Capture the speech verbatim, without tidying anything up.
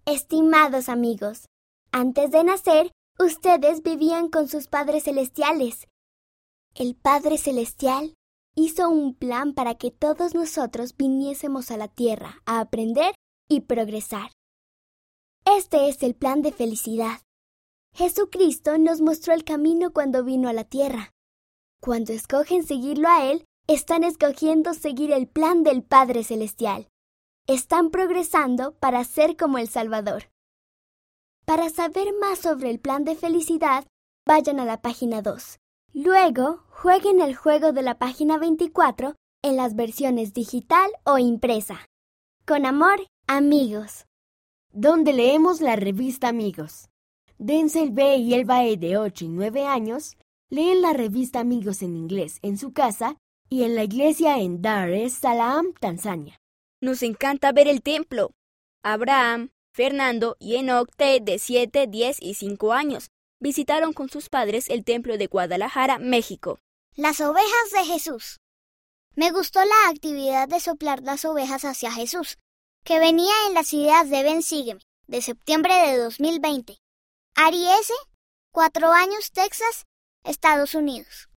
Estimados amigos, antes de nacer, ustedes vivían con sus padres celestiales. El Padre Celestial hizo un plan para que todos nosotros viniésemos a la tierra a aprender y progresar. Este es el plan de felicidad. Jesucristo nos mostró el camino cuando vino a la tierra. Cuando escogen seguirlo a Él, están escogiendo seguir el plan del Padre Celestial. Están progresando para ser como el Salvador. Para saber más sobre el plan de felicidad, vayan a la página dos. Luego, jueguen el juego de la página veinticuatro en las versiones digital o impresa. Con amor, amigos. Donde leemos la revista Amigos. Denzel B. y Elba E. de ocho y nueve años leen la revista Amigos en inglés en su casa y en la iglesia en Dar es Salaam, Tanzania. Nos encanta ver el templo. Abraham, Fernando y Enoch T. de siete, diez y cinco años visitaron con sus padres el templo de Guadalajara, México. Las ovejas de Jesús. Me gustó la actividad de soplar las ovejas hacia Jesús, que venía en las ideas de Ven Sígueme, de septiembre de dos mil veinte. Ari S., cuatro años, Texas, Estados Unidos.